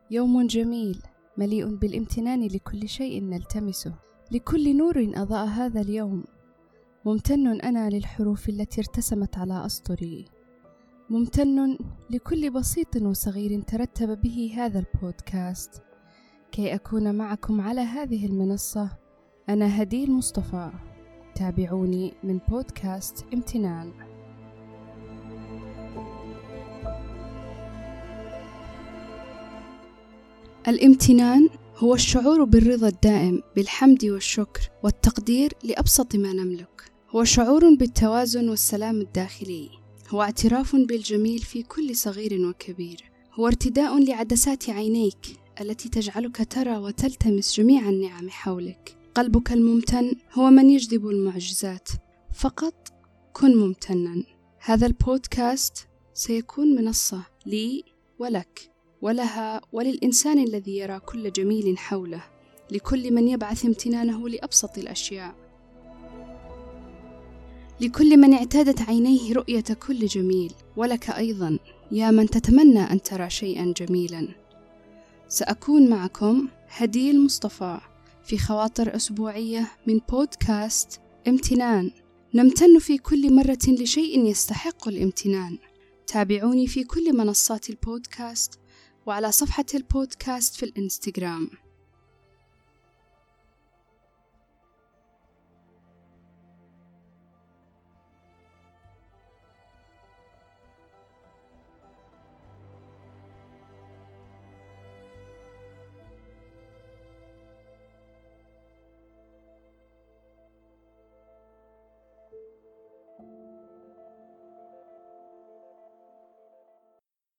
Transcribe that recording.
يوم جميل مليء بالامتنان لكل شيء نلتمسه، لكل نور أضاء هذا اليوم. ممتن أنا للحروف التي ارتسمت على أسطري، ممتن لكل بسيط وصغير ترتب به هذا البودكاست كي أكون معكم على هذه المنصة. أنا هديل مصطفى، تابعوني من بودكاست امتنان. الامتنان هو الشعور بالرضا الدائم، بالحمد والشكر والتقدير لأبسط ما نملك. هو شعور بالتوازن والسلام الداخلي، هو اعتراف بالجميل في كل صغير وكبير، هو ارتداء لعدسات عينيك التي تجعلك ترى وتلتمس جميع النعم حولك. قلبك الممتن هو من يجذب المعجزات، فقط كن ممتنا. هذا البودكاست سيكون منصة لي ولك ولها وللإنسان الذي يرى كل جميل حوله، لكل من يبعث امتنانه لأبسط الأشياء، لكل من اعتادت عينيه رؤية كل جميل، ولك أيضا يا من تتمنى أن ترى شيئا جميلا. سأكون معكم هديل مصطفى في خواطر أسبوعية من بودكاست امتنان. نمتن في كل مرة لشيء يستحق الامتنان. تابعوني في كل منصات البودكاست وعلى صفحة البودكاست في الإنستغرام.